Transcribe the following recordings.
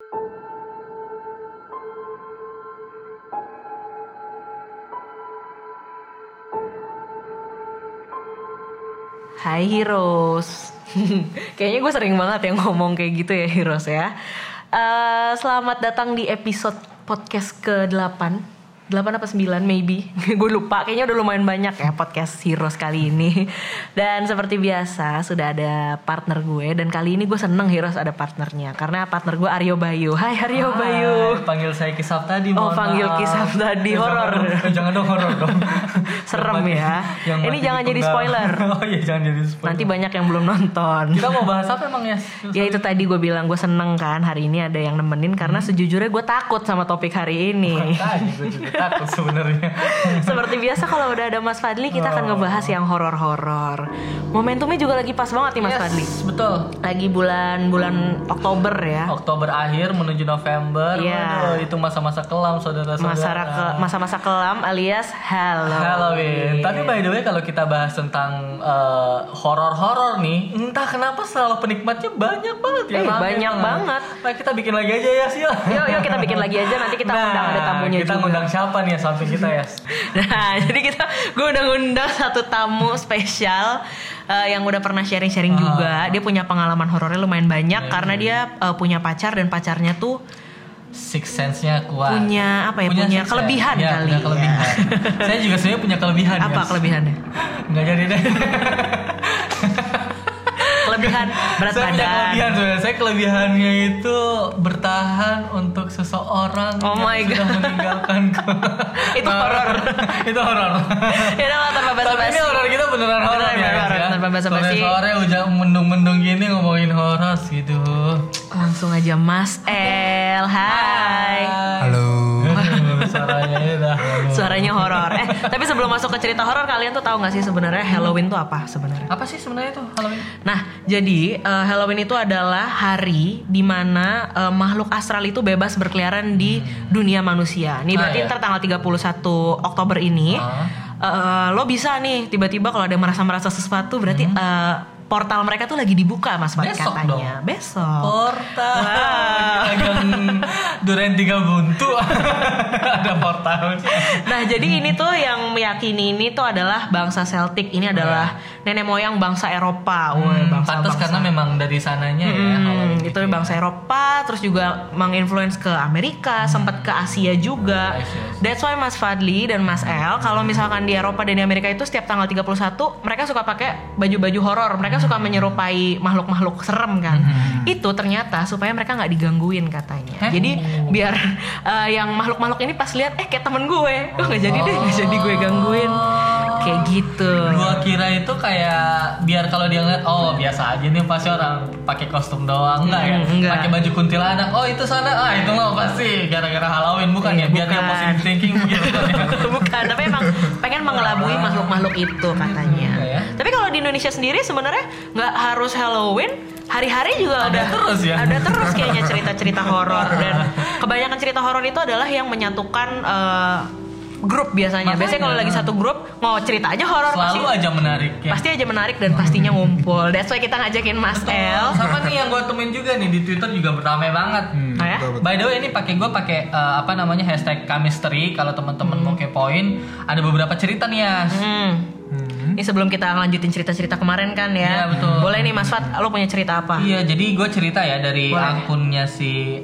Hai Heroes. Kayaknya gue sering banget ya ngomong kayak gitu ya Heroes ya. Selamat datang di episode podcast ke-8 apa 9 maybe. Gue lupa, kayaknya udah lumayan banyak ya podcast Heroes kali ini. Dan seperti biasa sudah ada partner gue. Dan kali ini gue seneng Heroes ada partnernya, karena partner gue Aryo Bayu. Hai Aryo Bayu. Panggil saya Kisaf tadi. Oh panggil Kisaf tadi, horor. Jangan dong horor dong. Serem ya. Ini jangan jadi spoiler. Oh iya jangan jadi spoiler. Nanti banyak yang belum nonton. Kita mau bahas apa emang ya? Ya itu tadi gue bilang gue seneng kan hari ini ada yang nemenin, karena sejujurnya gue takut sama topik hari ini. Tadi gue juga takut sebenarnya. Seperti biasa kalau udah ada Mas Fadli kita akan ngebahas yang horor-horor. Momentumnya juga lagi pas banget nih Mas Fadli. Betul. Lagi bulan Oktober ya. Oktober akhir menuju November. Iya. Waduh, itu masa-masa kelam saudara-saudara. Masa-masa kelam alias Halloween. Tapi by the way kalau kita bahas tentang horor-horor nih, entah kenapa selalu penikmatnya banyak banget ya. Banyak banget. Nah kita bikin lagi aja ya Sil. Yuk kita bikin lagi aja, nanti kita undang ada tamunya kita juga. Ngundang siapa nih ya samping kita ya? Nah jadi gue udah ngundang satu tamu spesial yang udah pernah sharing-sharing juga. Dia punya pengalaman horornya lumayan banyak karena dia punya pacar, dan pacarnya tuh six sense-nya kuat. Punya apa ya? Punya kelebihan ya, kali. Punya kelebihan. Ya. Saya juga sebenarnya punya kelebihan. Apa kelebihannya? Nggak jadi deh. Kelebihan berat saya badan. Punya kelebihan sebenarnya. Saya kelebihannya itu bertahan untuk seseorang yang sudah meninggalkanku. Itu horor. Itu horor. Ya udah tanpa basa-basi. Tapi ini horor kita beneran horor ya. Tanpa basa-basi. Sore hujan mendung-mendung gini ngomongin horor gitu. Langsung aja Mas El. Hai. Halo. Suaranya horor. Tapi sebelum masuk ke cerita horor, kalian tuh tahu nggak sih sebenarnya Halloween tuh apa sebenarnya? Apa sih sebenarnya tuh Halloween? Nah, jadi Halloween itu adalah hari di mana makhluk astral itu bebas berkeliaran di dunia manusia. Nih berarti ntar tanggal 31 Oktober ini lo bisa nih tiba-tiba kalau ada yang merasa sesuatu berarti portal mereka tuh lagi dibuka Mas Fat katanya. Besok. Portal. Agak Duren 3 buntu. Ada portal. Nah, jadi ini tuh yang meyakini ini tuh adalah bangsa Celtic. Ini adalah nenek moyang bangsa Eropa. Pantas karena memang dari sananya ya. Itu bangsa Eropa, terus juga menginfluence ke Amerika, sempat ke Asia juga. That's why Mas Fadli dan Mas El kalau misalkan di Eropa dan di Amerika itu setiap tanggal 31 mereka suka pakai baju-baju horor. Mereka suka menyerupai makhluk-makhluk serem kan. Itu ternyata supaya mereka nggak digangguin katanya. Jadi biar yang makhluk-makhluk ini pas lihat kayak temen gue, nggak jadi gue gangguin. Kayak gitu. Gua kira itu kayak biar kalau dia ngeliat biasa aja nih pasti orang pakai kostum doang. Enggak ya? Pakai baju kuntilanak. Oh itu sana. Itu mah pasti gara-gara Halloween bukan ya? Biar dia positive thinking begitu. Bukan, tapi emang pengen mengelabui makhluk-makhluk itu katanya. Tapi kalau di Indonesia sendiri sebenarnya nggak harus Halloween, hari-hari juga ada terus ya. Ada terus kayaknya cerita-cerita horor, dan kebanyakan cerita horor itu adalah yang menyatukan grup biasanya. Biasanya kalau lagi satu grup mau cerita aja horor selalu aja menarik ya. Pasti aja menarik dan pastinya ngumpul. That's why kita ngajakin Mas El. Sama nih yang gue temuin juga nih di Twitter juga beramai banget. By the way ini gue pakai hashtag #Kamisteri. Kalau teman-teman mau kepoin ada beberapa cerita nih ya. Ini sebelum kita lanjutin cerita-cerita kemarin kan ya. Iya betul. Boleh nih Mas Fat, lo punya cerita apa? Iya, jadi gue cerita ya dari akunnya si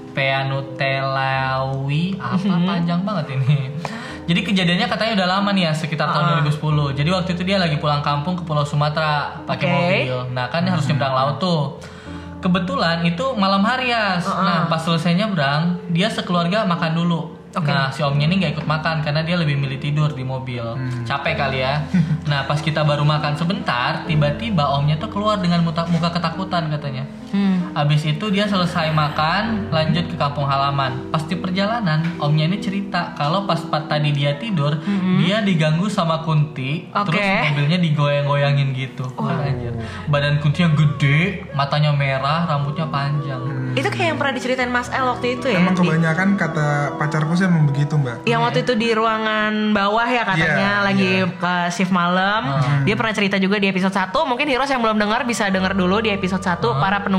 @peanutelawi. Panjang banget ini. Jadi kejadiannya katanya udah lama nih ya, sekitar tahun 2010. Jadi waktu itu dia lagi pulang kampung ke Pulau Sumatera pakai mobil. Nah kan harus nyebrang laut tuh. Kebetulan itu malam hari ya. Nah pas selesainya nyebrang, dia sekeluarga makan dulu. Nah si omnya ini gak ikut makan karena dia lebih milih tidur di mobil. Capek kali ya. Nah pas kita baru makan sebentar, tiba-tiba omnya tuh keluar dengan muka ketakutan katanya. Abis itu dia selesai makan, lanjut ke kampung halaman. Pas di perjalanan, omnya ini cerita kalau pas tadi dia tidur, dia diganggu sama kunti, terus mobilnya digoyang-goyangin gitu. Anjir. Badan kuntinya gede, matanya merah, rambutnya panjang. Itu kayak yang pernah diceritain Mas El waktu itu ya. Emang kebanyakan kata pacarku sih emang begitu Mbak. Yang waktu itu di ruangan bawah ya katanya, lagi shift malam. Dia pernah cerita juga di episode 1. Mungkin Heroes yang belum dengar bisa dengar dulu di episode 1 para penunggu kantor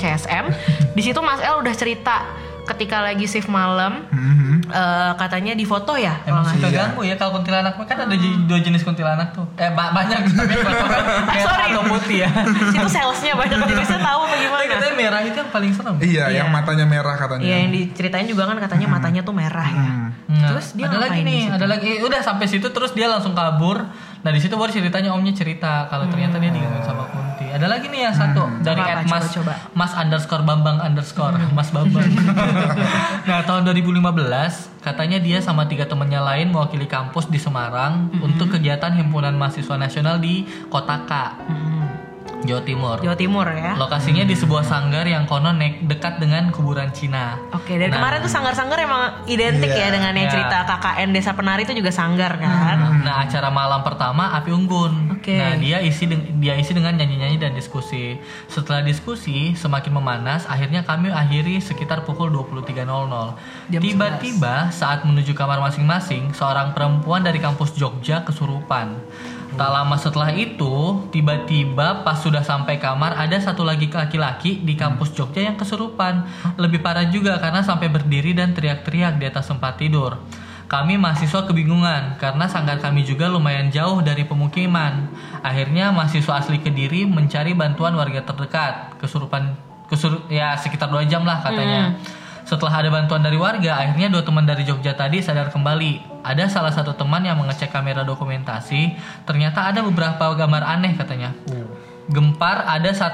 CSM. Di situ Mas El udah cerita ketika lagi shift malam, katanya di foto ya. Emang suka ganggu ya kalau kuntilanak, kan ada 2 jenis kuntilanak tuh. Banyak tapi foto kan merah atau putih ya. Itu salesnya banyak jenisnya, tahu apa gimana? Katanya merah itu yang paling serem. Iya, yang matanya merah katanya. Iya, yang diceritain juga kan katanya matanya tuh merah ya. Terus dia ada lagi. Udah sampai situ terus dia langsung kabur. Nah di situ baru ceritanya omnya cerita kalau ternyata dia digangguin sama Kunti. Ada lagi nih ya satu dari @mas_bambang_. Mas Bambang. Nah tahun 2015 katanya dia sama 3 temennya lain mewakili kampus di Semarang untuk kegiatan himpunan mahasiswa nasional di Kota K. Jawa Timur ya. Lokasinya di sebuah sanggar yang konon dekat dengan kuburan Cina. Oke, dari kemarin tuh sanggar-sanggar emang identik ya dengan yang cerita KKN Desa Penari itu juga sanggar kan. Nah, acara malam pertama Api Unggun. Nah, dia isi dengan nyanyi-nyanyi dan diskusi. Setelah diskusi semakin memanas, akhirnya kami akhiri sekitar pukul 23.00. Tiba-tiba saat menuju kamar masing-masing, seorang perempuan dari kampus Jogja kesurupan. Tak lama setelah itu, tiba-tiba pas sudah sampai kamar ada satu lagi laki-laki di kampus Jogja yang kesurupan. Lebih parah juga karena sampai berdiri dan teriak-teriak di atas tempat tidur. Kami mahasiswa kebingungan karena sanggar kami juga lumayan jauh dari pemukiman. Akhirnya mahasiswa asli Kediri mencari bantuan warga terdekat. Ya sekitar 2 jam lah katanya. Setelah ada bantuan dari warga, akhirnya 2 teman dari Jogja tadi sadar kembali. Ada salah satu teman yang mengecek kamera dokumentasi, ternyata ada beberapa gambar aneh katanya. Gempar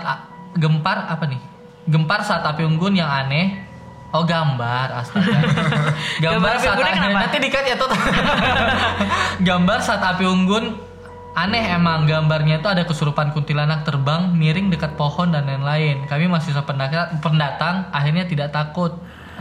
saat api unggun yang aneh. Oh gambar, astaga. Gambar saat nanti dikat ya tuh. Gambar saat api unggun aneh emang, gambarnya itu ada kesurupan kuntilanak terbang miring dekat pohon dan lain-lain. Kami mahasiswa pendatang akhirnya tidak takut.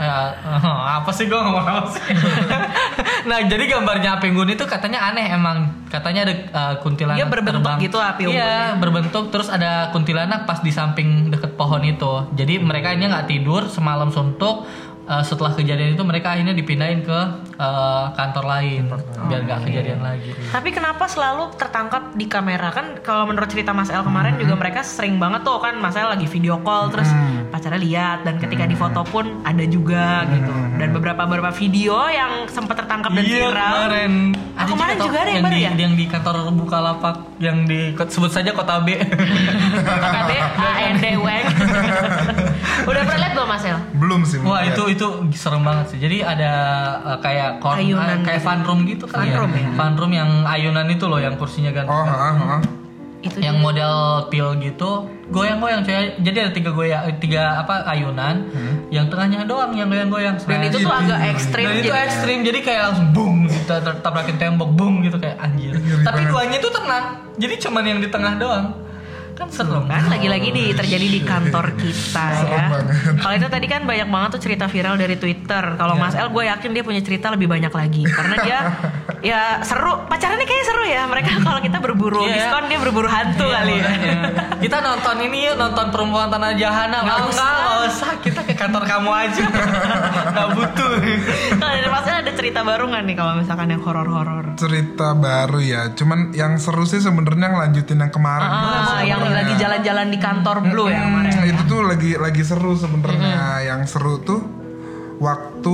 Apa sih gue ngomong apa sih? Nah jadi gambarnya api unggun itu katanya aneh emang. Katanya ada kuntilanak berbentuk terbang gitu api unggun. Iya berbentuk, terus ada kuntilanak pas di samping deket pohon itu. Jadi mereka ini nggak tidur semalam suntuk. Setelah kejadian itu mereka akhirnya dipindahin ke kantor lain biar nggak kejadian lagi. Tapi kenapa selalu tertangkap di kamera? Kan kalau menurut cerita Mas El kemarin juga mereka sering banget tuh kan Mas El lagi video call terus pacarnya lihat, dan ketika di foto pun ada juga gitu. Dan beberapa video yang sempat tertangkap dan viral. Kemarin juga ada yang baru ya? Yang di kantor Bukalapak yang sebut saja Kota B. Kota B, ANDW. Udah pernah lihat belum Mas El? Belum sih. Wah itu serem banget sih. Jadi ada kayak kayak fun room gitu kan ya. Fun room yang ayunan itu loh, yang kursinya gantung. Itu yang model pil gitu, goyang-goyang coy. Jadi ada 3 ayunan, yang tengahnya doang yang goyang-goyang. Dan itu tuh agak ekstrim. Dan itu ekstrim, jadi kayak langsung boom, tabrakin tembok, boom gitu kayak anjir. Tapi 2-nya itu tenang. Jadi cuman yang di tengah doang. Kan serem kan, lagi-lagi terjadi di kantor kita ya. Kalau itu tadi kan banyak banget tuh cerita viral dari Twitter. Kalau Mas El gue yakin dia punya cerita lebih banyak lagi karena dia ya seru, pacarannya kayaknya seru ya. Mereka kalau kita berburu diskon, dia berburu hantu kali ya. Kita nonton ini yuk, nonton Perempuan Tanah Jahanam. Nggak usah, kita ke kantor kamu aja. Nggak butuh. Kalau dari Mas El ada cerita baru nggak nih kalau misalkan yang horor-horor? Cerita baru ya, cuman yang seru sih sebenarnya ngelanjutin yang kemarin. Yang lagi jalan-jalan di kantor Blue ya kemarin. Itu tuh lagi seru sebenarnya. Yang seru tuh waktu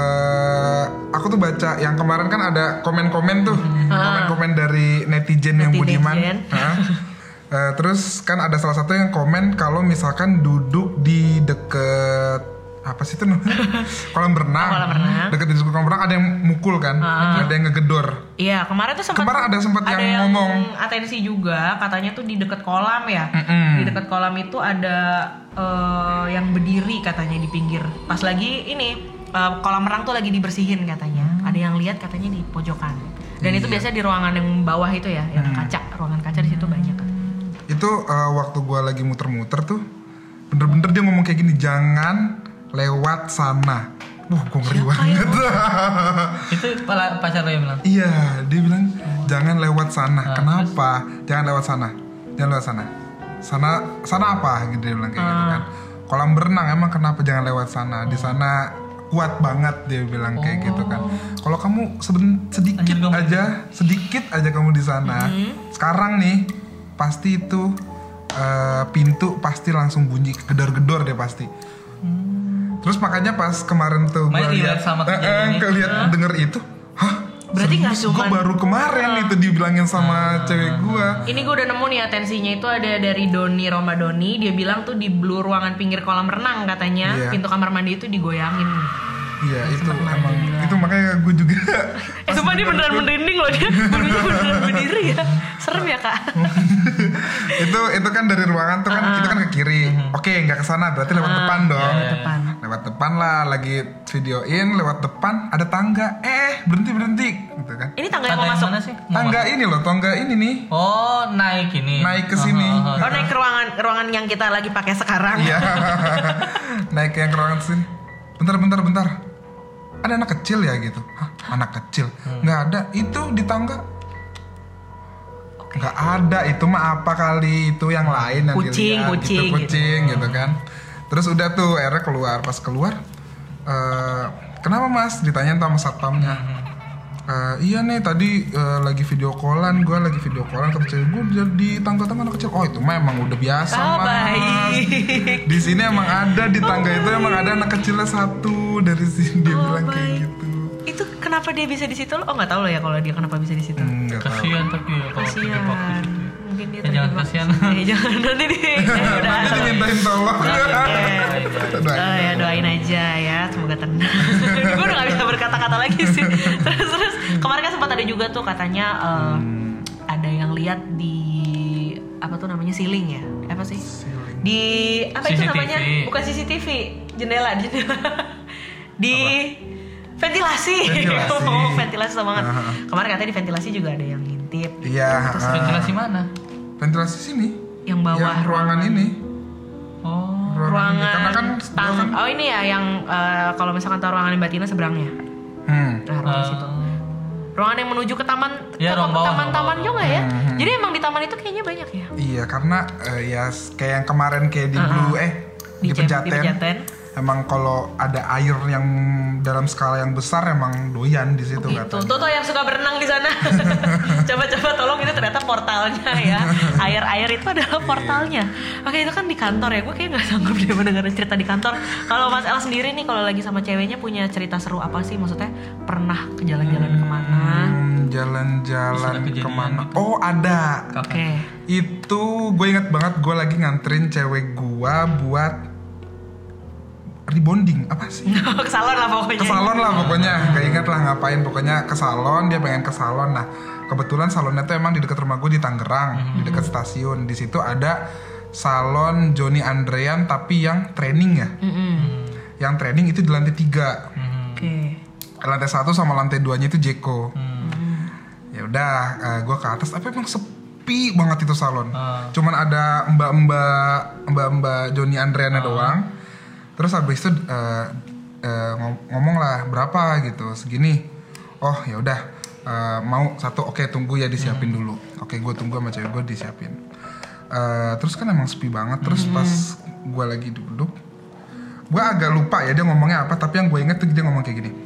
aku tuh baca yang kemarin kan ada komen-komen tuh, komen-komen dari netizen yang budiman. Terus kan ada salah satu yang komen kalau misalkan duduk di deket apa sih itu kolam renang. Deket di kolam renang ada yang mukul kan, ada yang ngegedor. Iya, kemarin ada sempat yang ngomong atensi juga, katanya tuh di deket kolam ya. Di deket kolam itu ada yang berdiri katanya di pinggir. Pas lagi ini kolam renang tuh lagi dibersihin katanya. Ada yang lihat katanya di pojokan. Dan itu biasanya di ruangan yang bawah itu ya, yang ruangan kaca di situ banyak. Itu waktu gua lagi muter-muter tuh bener-bener dia ngomong kayak gini, jangan lewat sana. Gue ngeri banget. Itu pacar lo yang bilang? Iya, dia bilang jangan lewat sana. Kenapa? Jangan lewat sana. Jangan lewat sana. Sana apa? Gitu dia bilang kayak gitu kan. Kolam berenang, emang kenapa jangan lewat sana? Di sana kuat banget, dia bilang kayak gitu kan. Kalau kamu sedikit aja kamu di sana. Sekarang nih pasti itu pintu pasti langsung bunyi gedor-gedor deh pasti. Terus makanya pas kemarin tuh gue lihat denger itu, berarti nggak cuma gue baru kemarin itu dibilangin sama cewek gue. Ini gue udah nemu nih atensinya itu ada dari Doni Romadoni. Dia bilang tuh di blue ruangan pinggir kolam renang katanya pintu kamar mandi itu digoyangin. Iya itu emang itu makanya gue juga. Sumpah dia beneran merinding loh dia. Beneran berdiri ya. Serem ya kak. itu kan dari ruangan tuh kan itu kan ke kiri. Oke nggak ke sana berarti lewat depan dong. Lewat depan lah lagi videoin lewat depan ada tangga. Berhenti gitu kan. Ini tangga yang mau masuk mana sih? Tangga ini loh, tangga ini nih. Oh, naik ini. Naik ke sini. Oh, naik ke ruangan yang kita lagi pakai sekarang. Iya. Naik yang ke ruangan sini. Bentar. Ada anak kecil ya gitu. Hah, anak kecil? Nggak ada. Itu di tangga. Nggak ada. Itu mah apa kali? Itu yang lain yang dilihat. Kucing gitu kan. Terus udah tuh akhirnya keluar. Pas keluar, kenapa mas? Ditanyain sama satpamnya. Iya nih tadi lagi video callan, gue lagi video callan kata cewek gue di tangga-tangga anak kecil. Oh itu mah emang udah biasa mas. Baik. Di sini emang ada di tangga itu emang ada anak kecilnya satu dari sini dia bilang kayak gitu. Itu kenapa dia bisa di situ? Oh nggak tahu loh ya kalau dia kenapa bisa di situ. Kasihan tapi ya kalau terjebak di situ. Mungkin dia jangan kasihan. Jangan nanti Nanti dimintain tolong. Doain aja ya, semoga tenang. Gue udah gak bisa berkata-kata lagi sih. Terus kemarin kan sempat ada juga tuh katanya ada yang lihat di apa tuh namanya ceiling ya? Apa sih? Di apa itu namanya? Bukan CCTV, jendela. Di ventilasi. Ventilasi sama banget. Kemarin katanya di ventilasi juga ada yang ngintip. Iya. Ventilasi mana? Ventilasi sini. Yang bawah yang ruangan ini. Oh. Ruangan kan oh ini ya yang kalau misalkan tahu ruangan batina seberangnya. Nah, ruangan situ. Ruangan yang menuju ke taman, taman-taman juga ya. Jadi emang di taman itu kayaknya banyak ya. Iya karena ya kayak yang kemarin kayak di Blue di Pejaten. Emang kalau ada air yang dalam skala yang besar emang doyan di situ katanya. Tuh yang suka berenang di sana. Coba tolong itu ternyata portalnya ya. Air itu adalah portalnya. Oke itu kan di kantor ya. Gue kayak nggak sanggup dia mendengar cerita di kantor. Kalau Mas El sendiri nih kalau lagi sama ceweknya punya cerita seru apa sih? Maksudnya pernah ke jalan-jalan kemana? Jalan-jalan kemana? Oh ada. Oke. Itu gue inget banget gue lagi nganterin cewek gue buat rebonding apa sih? Ke salon lah pokoknya. Gak ingat lah ngapain, pokoknya ke salon, dia pengen ke salon. Nah kebetulan salonnya tuh emang di dekat rumah gue di Tangerang, di dekat stasiun. Di situ ada salon Johnny Andrean tapi yang training ya. Yang training itu di lantai 3. Lantai 1 sama lantai 2-nya itu Jeko. Ya udah, gue ke atas. Apa emang sepi banget itu salon. Cuman ada mbak Johnny Andrean doang. Terus habis itu ngomong lah berapa gitu, segini. Oh ya udah mau satu, oke tunggu ya disiapin dulu. Oke gue tunggu sama cewek gue disiapin. Terus kan emang sepi banget. Terus pas gue lagi duduk, gue agak lupa ya dia ngomongnya apa. Tapi yang gue inget tuh dia ngomong kayak gini.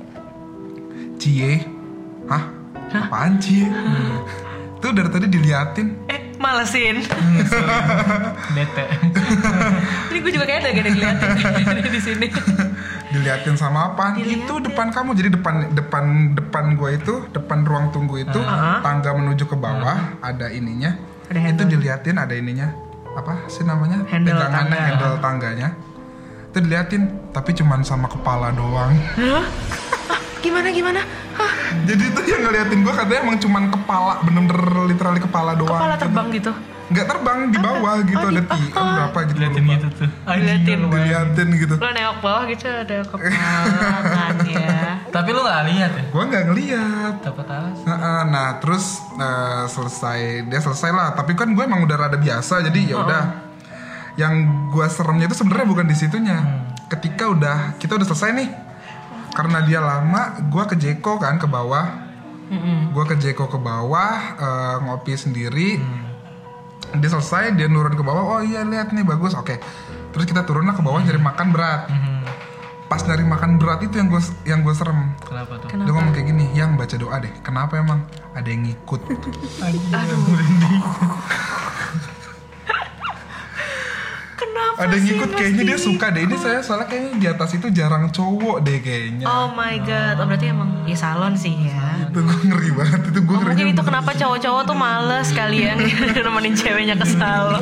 Cie, apaan cie? Tuh dari tadi diliatin. Malesin. Bete. Ini gue juga kayaknya lagi diliatin di sini. Diliatin sama apa? Itu depan kamu. Jadi depan gue itu, depan ruang tunggu itu, tangga menuju ke bawah ada ininya. Itu diliatin ada ininya. Apa sih namanya? Pegangannya, handle tangganya. Itu diliatin, tapi cuman sama kepala doang. Gimana? Jadi tuh yang ngeliatin gue katanya emang cuman kepala, bener-bener literally kepala doang. Kepala terbang gitu? Nggak terbang, di bawah gitu ada berapa gitu. Diliatin gitu tuh. Diliatin gitu. Lo nengok bawah gitu ada kepala kan ya. Tapi lo nggak lihat ya? Gue nggak ngeliat. Dapat alas. Nah terus selesai lah. Tapi kan gue emang udah rada biasa jadi ya udah. Yang gue seremnya itu sebenarnya bukan di situnya. Ketika kita udah selesai nih. Karena dia lama, gue ke Jeko kan ke bawah. Gue ke Jeko ke bawah ngopi sendiri. Dia selesai, dia nurun ke bawah. Oh iya lihat nih bagus, oke. Terus kita turun lah ke bawah nyari makan berat. Pas nyari makan berat itu yang gue serem. Kenapa tuh? Dia ngomong kayak gini, yang baca doa deh. Kenapa emang? Ada yang ngikut. Aduh. Ada yang ngikut kayaknya dia suka deh. Ini saya soalnya kayaknya di atas itu jarang cowok deh kayaknya. Oh my god, berarti emang ya salon sih ya. Itu gue ngeri banget, itu gue ngeri. Mungkin itu kenapa cowok-cowok tuh males kalian nemenin ceweknya ke salon.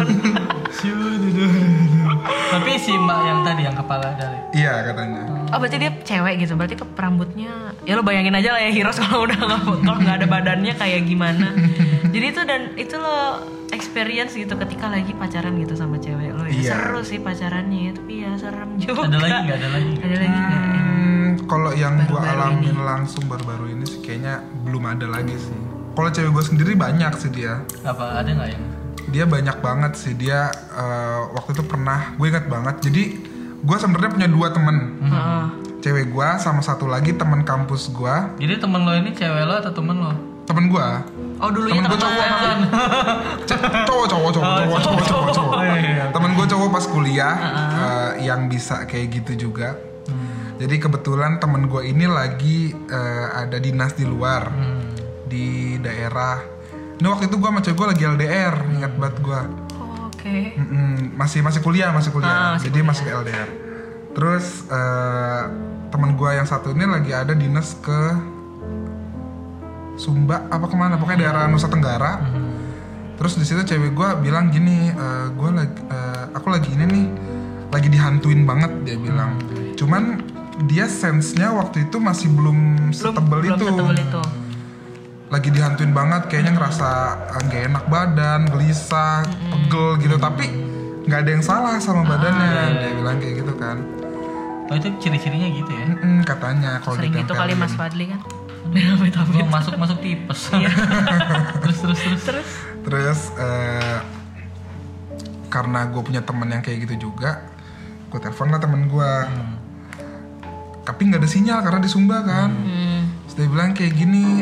Tapi si mbak yang tadi yang kepala dari. Iya katanya. Oh berarti dia cewek gitu, berarti ke rambutnya. Ya lo bayangin aja lah ya Heroes kalau udah nggak ada badannya kayak gimana. Jadi itu dan itu lo experience gitu ketika lagi pacaran gitu sama cewek lo ya. Iya. Seru sih pacarannya, tapi ya serem juga. Ada lagi nggak? Ada lagi nggak? Kalau yang gue Baru-baru alamin ini. langsung baru-baru ini sih kayaknya belum ada lagi sih. Kalau cewek gue sendiri banyak sih dia. Apa ada nggak yang? Dia banyak banget sih dia. Waktu itu pernah gue ingat banget. Jadi gue sebenarnya punya 2 temen. Cewek gue sama satu lagi teman kampus gue. Jadi temen lo ini cewek lo atau temen lo? Temen gue. Oh dulunya Temen gue cowok. Cowok. Temen gue cowok pas kuliah yang bisa kayak gitu juga. Jadi kebetulan temen gue ini lagi ada dinas di luar di daerah. Ini waktu itu gue sama cewek gue lagi LDR, ingat banget gue. Oh, oke. Masih kuliah. Masih Jadi kuliah. masih LDR. Terus temen gue yang satu ini lagi ada dinas ke Sumba apa kemana, pokoknya daerah Nusa Tenggara. Terus di situ cewek gue bilang gini, aku lagi ini nih, lagi dihantuin banget dia bilang. Cuman dia sense-nya waktu itu masih belum setebel itu. Lagi dihantuin banget, kayaknya ngerasa nggak enak badan, gelisah, pegel gitu. Tapi nggak ada yang salah sama badannya, dia bilang kayak gitu kan. Oh itu ciri-cirinya gitu ya? Katanya kalau Sering gitu kali ditempelin. Mas Fadli kan. Gua masuk tipes. Terus karena gue punya temen yang kayak gitu juga, gue telepon lah temen gue. Tapi nggak ada sinyal karena di Sumba kan. Terus dia bilang kayak gini,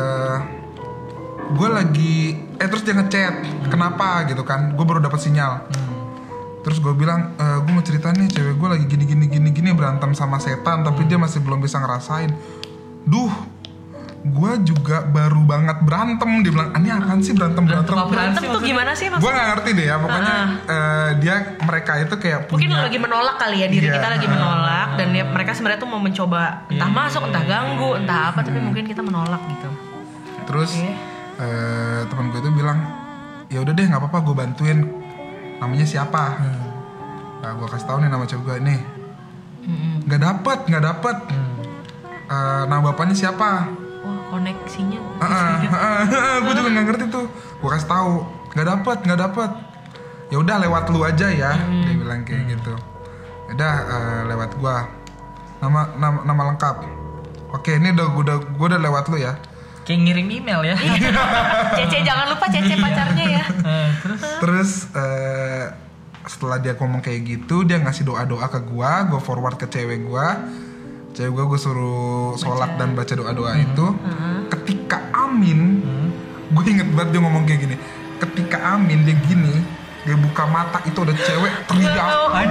gue lagi, terus dia ngechat, kenapa gitu kan? Gue baru dapat sinyal. Terus gue bilang, gue mau cerita nih, cewek gue lagi gini berantem sama setan, tapi dia masih belum bisa ngerasain. Duh, gue juga baru banget berantem. Dia bilang, ini apaan sih berantem? Berantem tuh gimana sih maksudnya? Gue nggak ngerti deh ya, pokoknya mereka itu kayak Mungkin punya. lagi menolak kali ya, diri Iya, kita lagi menolak. Dan ya, mereka sebenarnya tuh mau mencoba entah masuk, entah ganggu, entah apa. Tapi mungkin kita menolak gitu. Terus teman gue itu bilang, ya udah deh nggak apa-apa, gue bantuin. Namanya siapa? Nah, gue kasih tahu nih nama cewek gue nih. Nggak dapet. Nama bapaknya siapa? Wah koneksinya. Gue juga nggak ngerti tuh. Gue kasih tahu, nggak dapet. Ya udah lewat lu aja ya. Dia bilang kayak gitu. Udah lewat gue. Nama lengkap. Oke, ini gue udah lewat lu ya. Kayak ngirim email ya. Cece jangan lupa Cece pacarnya ya. Terus setelah dia ngomong kayak gitu, dia ngasih doa-doa ke gue forward ke cewek gue suruh sholat dan baca doa-doa itu. Ketika amin, gue inget banget dia ngomong kayak gini. Ketika amin dia gini, dia buka mata, itu ada cewek teriak,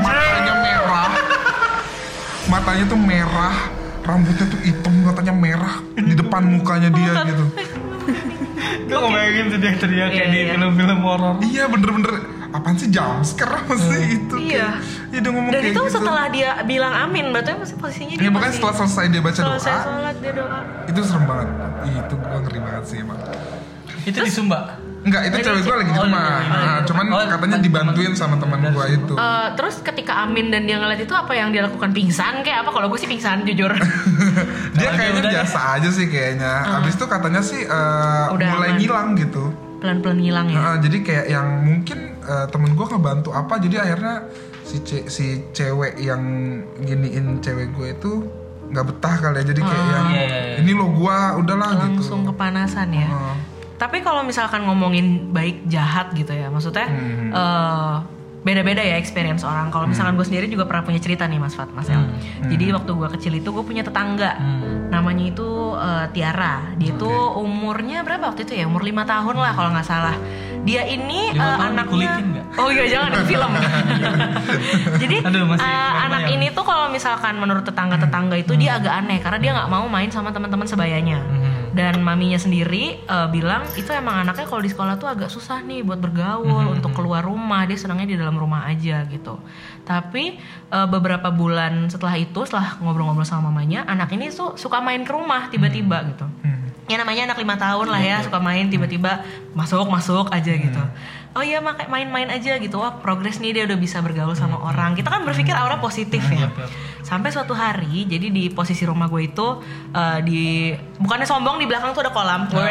matanya tuh merah, rambutnya tuh hitam, matanya merah di depan mukanya dia gitu. Gue ngebayangin tuh dia teriak kayak di film-film horor. Iya bener-bener, apaan sih jumpscare masih itu. Iya. Iya dia ngomong Dan kayak itu gitu. setelah dia bilang amin, berarti masih posisinya dia Ya makanya setelah selesai dia baca doa, selesai sholat dia doa. itu serem banget. Itu gue ngeri banget sih emang. Itu di Sumba? Enggak, itu cewek gue lagi di rumah. Cuman katanya dibantuin sama teman gue itu. Terus ketika amin dan dia ngeliat itu, apa yang dia lakukan? Pingsan kayak apa? Kalau gue sih pingsan jujur. Dia kayaknya biasa aja sih kayaknya. Habis itu katanya sih mulai aman. ngilang gitu. Pelan-pelan ngilang ya. Jadi kayak yang mungkin temen gue ngebantu apa, jadi akhirnya si cewek yang giniin cewek gue itu nggak betah kali ya, jadi kayak yang ini lo gue udahlah gitu. Langsung kepanasan ya. Tapi kalau misalkan ngomongin baik jahat gitu ya, maksudnya beda-beda ya experience orang. Kalau misalkan gue sendiri juga pernah punya cerita nih Mas El. Jadi waktu gue kecil itu gue punya tetangga, namanya itu Tiara. Dia itu umurnya berapa waktu itu ya? Umur 5 tahun lah kalau nggak salah. Dia ini anaknya. Oh iya jangan di film. Jadi anak ini tuh kalau misalkan menurut tetangga-tetangga itu dia agak aneh karena dia nggak mau main sama teman-teman sebayanya. Dan maminya sendiri bilang itu emang anaknya kalau di sekolah tuh agak susah nih buat bergaul, untuk keluar rumah, dia senangnya di dalam rumah aja gitu. Tapi beberapa bulan setelah itu, setelah ngobrol-ngobrol sama mamanya, anak ini tuh suka main ke rumah tiba-tiba gitu. Ya namanya anak 5 tahun lah ya, suka main tiba-tiba masuk aja gitu. Oh iya main-main aja gitu. Wah progres nih, dia udah bisa bergaul sama orang. Kita kan berpikir aura positif ya. Sampai suatu hari, jadi di posisi rumah gue itu bukannya sombong, di belakang tuh ada kolam gue.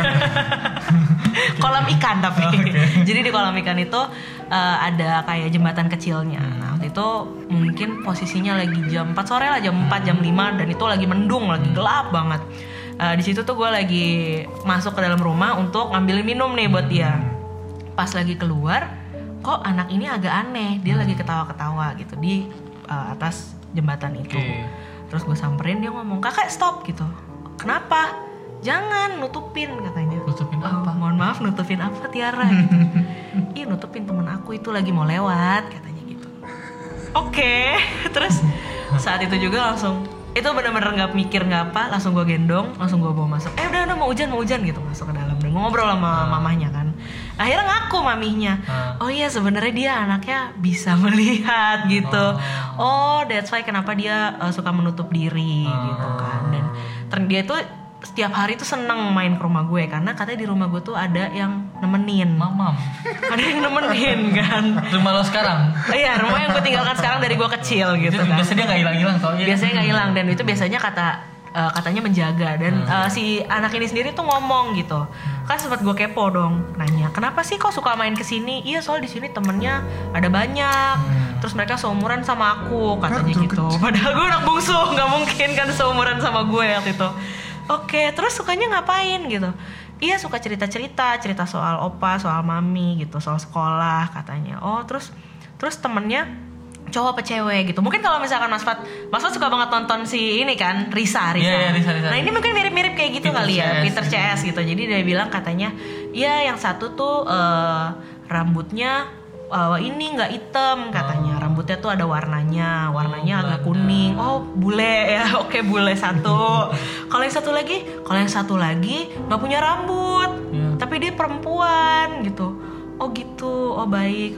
Kolam ikan tapi. Jadi di kolam ikan itu ada kayak jembatan kecilnya. Nah waktu itu mungkin posisinya lagi jam 4 sore lah, jam 4, jam 5, dan itu lagi mendung, lagi gelap banget. Di situ tuh gue lagi masuk ke dalam rumah untuk ngambilin minum nih buat dia. Pas lagi keluar, kok anak ini agak aneh, dia lagi ketawa-ketawa gitu di atas jembatan itu. Terus gue samperin, dia ngomong, "Kakak stop," gitu. "Kenapa?" "Jangan, nutupin," katanya. Nutupin apa? Mohon maaf, nutupin apa Tiara gitu. "Ih, nutupin temen aku itu lagi mau lewat," katanya gitu. Oke. Terus saat itu juga langsung, itu benar-benar nggak mikir nggak apa, langsung gue gendong, langsung gue bawa masuk. Udah mau hujan gitu, masuk ke dalam dan ngobrol sama mamahnya kan. Akhirnya ngaku mamihnya, oh iya sebenarnya dia anaknya bisa melihat gitu. Oh that's why kenapa dia suka menutup diri gitu kan. Dan dia tuh setiap hari tuh seneng main ke rumah gue karena katanya di rumah gue tuh ada yang nemenin. Mamam. Ada yang nemenin kan. Rumah lo sekarang? Iya, rumah yang gue tinggalkan sekarang dari gue kecil gitu kan. Biasanya dia nggak hilang-hilang soalnya. Biasanya nggak hilang, dan itu biasanya katanya menjaga. Dan si anak ini sendiri tuh ngomong gitu. Kan sempat gue kepo dong, nanya, "Kenapa sih kok suka main kesini?" "Iya soal di sini temennya ada banyak. Terus mereka seumuran sama aku," katanya gitu. Padahal gue anak bungsu, nggak mungkin kan seumuran sama gue waktu itu. Oke, terus sukanya ngapain gitu? Iya suka cerita soal opa, soal mami gitu, soal sekolah katanya. Oh terus temennya cowok apa cewek gitu. Mungkin kalau misalkan Mas Fat suka banget nonton si ini kan, Risa. Yeah, Risa. Nah ini mungkin mirip-mirip kayak gitu Peter kali ya, CS. Peter CS gitu. Jadi dia bilang katanya, iya yang satu tuh rambutnya ini nggak hitam katanya, rambutnya tuh ada warnanya agak kuning. Oh bule ya, oke bule satu. Kalau yang satu lagi nggak punya rambut, tapi dia perempuan gitu. Oh gitu, oh baik.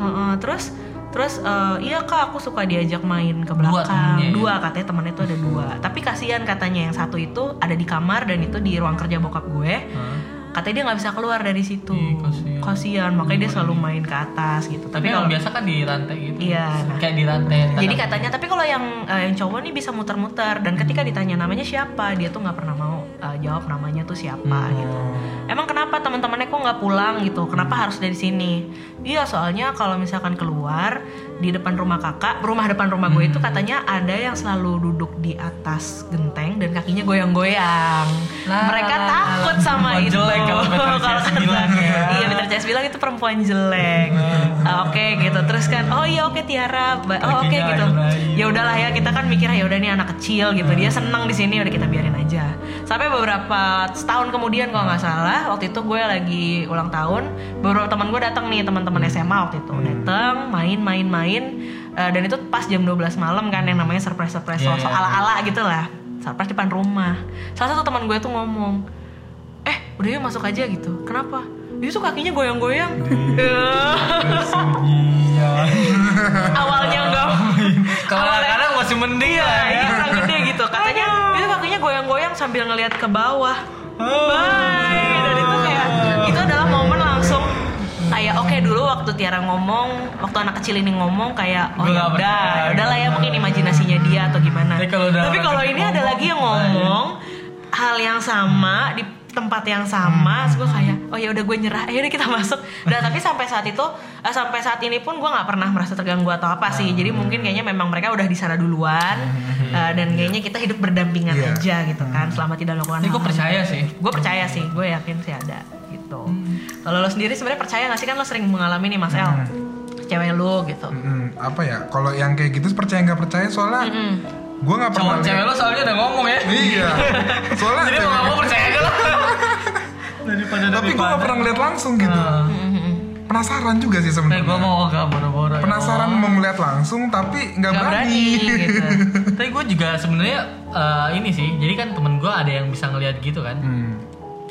Terus iya kak, aku suka diajak main ke belakang. Dua katanya, temannya itu ada 2. Tapi kasihan katanya, yang satu itu ada di kamar dan itu di ruang kerja bokap gue. Katanya dia nggak bisa keluar dari situ. Kasihan, makanya dia selalu main ke atas gitu. Tapi kalau biasa kan di rantai gitu. Iya. Kayak di rantai. Jadi katanya, tapi kalau yang cowok nih bisa muter-muter, dan ketika ditanya namanya siapa, dia tuh nggak pernah mau jawab namanya tuh siapa gitu. Emang kenapa teman-temannya kok nggak pulang gitu? Kenapa harus dari sini? Iya soalnya kalau misalkan keluar di depan rumah depan rumah gue itu katanya ada yang selalu duduk di atas genteng dan kakinya goyang-goyang. Mereka takut sama itu. Kalau Peter CS bilang ya. Iya, Peter CS bilang itu perempuan jelek. Oke gitu. Terus kan, oh iya oke Tiara. Oh oke gitu. Ya udahlah ya, kita kan mikir ya udah nih anak kecil gitu. Dia senang di sini, udah kita biarin aja. Sampai beberapa tahun kemudian kalau nggak salah, waktu itu gue lagi ulang tahun, beberapa teman gue datang nih, teman-teman SMA waktu itu datang main, dan itu pas jam 12 malam kan, yang namanya surprise ala-ala gitu lah, surprise depan rumah. Salah satu teman gue tuh ngomong, udah yuk masuk aja gitu. Kenapa? Itu kakinya goyang-goyang. Awalnya enggak. Kalau anak-anak masih mending lah ya. Ini orang gede gitu. Katanya itu kakinya goyang-goyang sambil ngelihat ke bawah. Bye. Dan itu kayak, itu adalah momen langsung kayak oke, dulu waktu Tiara ngomong, waktu anak kecil ini ngomong kayak oh ya udahlah ya, mungkin imajinasinya dia atau gimana. Tapi kalau ini ada lagi yang ngomong hal yang sama di tempat yang sama, terus gue kayak oh ya udah gue nyerah, ayo deh kita masuk. Dan tapi sampai saat ini pun gue nggak pernah merasa terganggu atau apa sih. Jadi mungkin kayaknya memang mereka udah di sana duluan, dan kayaknya kita hidup berdampingan aja gitu kan, selama tidak melakukan. Gue percaya sih, gue yakin sih ada gitu. Kalau lo sendiri sebenarnya percaya nggak sih, kan lo sering mengalami nih Mas El, cewek lo gitu. Apa ya? Kalau yang kayak gitu percaya nggak percaya soalnya. Gue nggak pernah. Cewek lo soalnya udah ngomong ya. Iya. Soalnya. Jadi mau ngomong percaya aja lah. Tapi gue nggak pernah ngeliat langsung gitu. Penasaran juga sih sebenarnya. Gue mau gak boro-boro. Penasaran mau ngeliat langsung tapi nggak berani. Gitu. Tapi gue juga sebenarnya ini sih. Jadi kan temen gue ada yang bisa ngeliat gitu kan.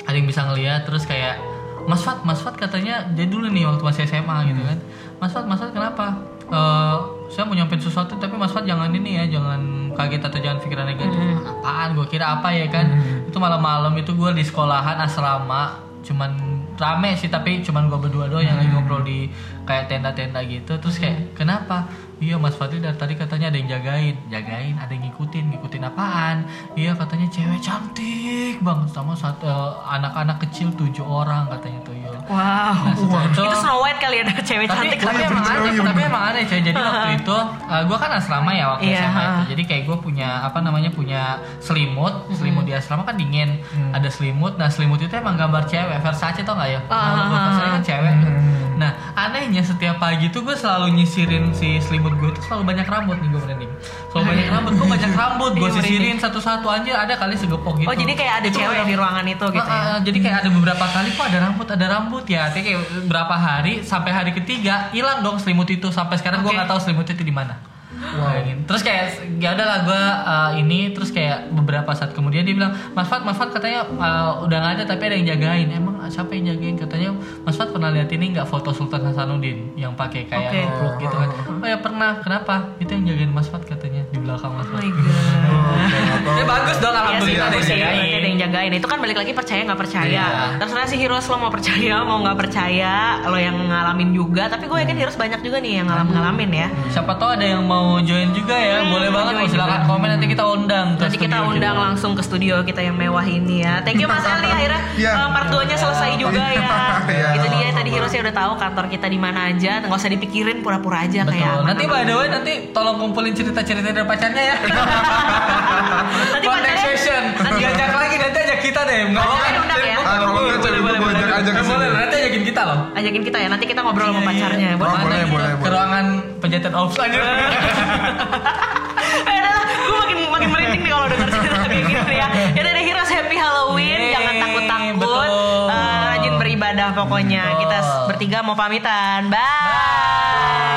ada yang bisa ngelihat, terus kayak Mas Fat katanya jadi dulu nih waktu masih SMA gitu kan. Mas Fat kenapa? Saya mau nyampein sesuatu tapi Mas Fat jangan ini ya, jangan kaget atau jangan pikiran negatif. Apaan? Gue kira apa ya kan? Itu malam-malam itu gue di sekolahan asrama, cuman rame sih tapi cuman gue berdua doang yang lagi ngobrol di kayak tenda-tenda gitu. Terus kayak kenapa? Iya Mas Fadli dari tadi katanya ada yang jagain, ada yang ngikutin apaan? Iya katanya cewek cantik banget sama anak-anak kecil 7 orang katanya tuh Yul. Wow. Nah, itu Snow White kali ada cewek cantik. Tapi emang aneh coy. Jadi waktu itu gue kan asrama ya waktu SMA itu. Jadi kayak gue punya punya selimut di asrama kan dingin. Ada selimut. Nah selimut itu emang gambar cewek. Versace tau nggak ya? Versace kan cewek. Nah anehnya setiap pagi tuh gue selalu nyisirin si selimut gue itu selalu banyak rambut nih gue merinding. Selalu banyak rambut, gue banyak rambut gue sisirin satu-satu aja, ada kali segepok gitu. Oh jadi kayak ada cewek di ruangan itu gitu ya? Jadi kayak ada beberapa kali kok ada rambut ya. Tapi kayak berapa hari sampai hari ketiga hilang dong selimut itu, sampai sekarang gue nggak tahu selimut itu di mana. Wow. Terus kayak ya udahlah gue terus kayak beberapa saat kemudian dia bilang Mas Fat katanya udah nggak ada tapi ada yang jagain. Emang siapa yang jagain? Katanya Mas Fat pernah lihat ini nggak foto Sultan Hasanuddin yang pakai kayak peluk gitu kan? Oh ya pernah. Kenapa? Itu yang jagain Mas Fat katanya di belakang Mas Fat. Oh my god. Ya bagus dong alhamdulillah ada yang jagain. Itu kan balik lagi percaya nggak percaya. Terserah sih Heroes lo mau percaya mau nggak percaya, lo yang ngalamin juga. Tapi gue yakin Heroes banyak juga nih yang ngalamin ya. Siapa tahu ada yang mau join juga ya, boleh banget silakan komen nanti kita undang. Nanti kita undang kita langsung ke studio kita yang mewah ini ya. Thank you Mas Ali, akhirnya part 2-nya selesai juga ya. Itu dia tadi Heroes udah tahu kantor kita di mana aja, nggak usah dipikirin, pura-pura aja. Betul. Kayak nanti by the way nanti tolong kumpulin cerita-cerita dari pacarnya ya. Nanti next session. Nanti ajak lagi, nanti ajak kita deh. Enggak undang ya. Boleh, nanti ajakin kita loh. Ajakin kita ya, nanti kita ngobrol sama pacarnya. Boleh. Ke ruangan penjataan ops aja. Gue makin merinding nih kalau denger cerita kayak gitu ya. Ya udah Heroes, happy Halloween, jangan takut-takut, rajin beribadah pokoknya. Kita bertiga mau pamitan, bye.